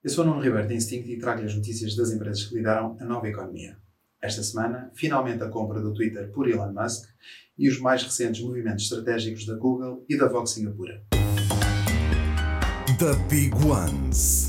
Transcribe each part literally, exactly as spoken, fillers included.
Eu sou o Nuno Ribeiro da Instinct e trago-lhe as notícias das empresas que lideram a nova economia. Esta semana, finalmente a compra do Twitter por Elon Musk e os mais recentes movimentos estratégicos da Google e da Vox Singapura. The Big Ones.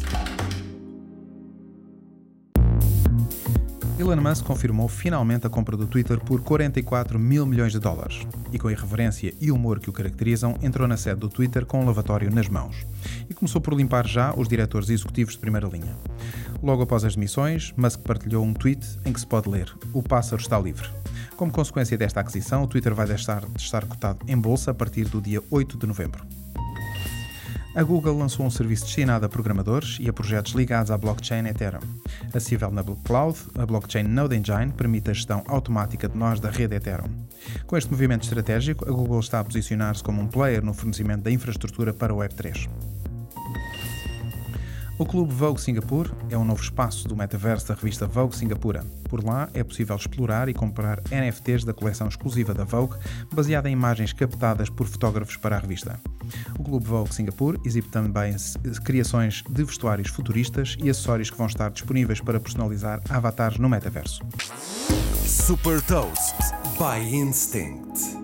Elon Musk confirmou finalmente a compra do Twitter por quarenta e quatro mil milhões de dólares e, com a irreverência e humor que o caracterizam, entrou na sede do Twitter com um lavatório nas mãos e começou por limpar já os diretores executivos de primeira linha. Logo após as demissões, Musk partilhou um tweet em que se pode ler: "O pássaro está livre". Como consequência desta aquisição, o Twitter vai deixar de estar cotado em bolsa a partir do dia oito de novembro. A Google lançou um serviço destinado a programadores e a projetos ligados à blockchain Ethereum. Acessível na Cloud, a blockchain Node Engine permite a gestão automática de nós da rede Ethereum. Com este movimento estratégico, a Google está a posicionar-se como um player no fornecimento da infraestrutura para o Web três. O Clube Vogue Singapore é um novo espaço do metaverso da revista Vogue Singapura. Por lá é possível explorar e comprar N F Ts da coleção exclusiva da Vogue, baseada em imagens captadas por fotógrafos para a revista. O Clube Vogue Singapore exibe também criações de vestuários futuristas e acessórios que vão estar disponíveis para personalizar avatares no metaverso. Super Toast by Instinct.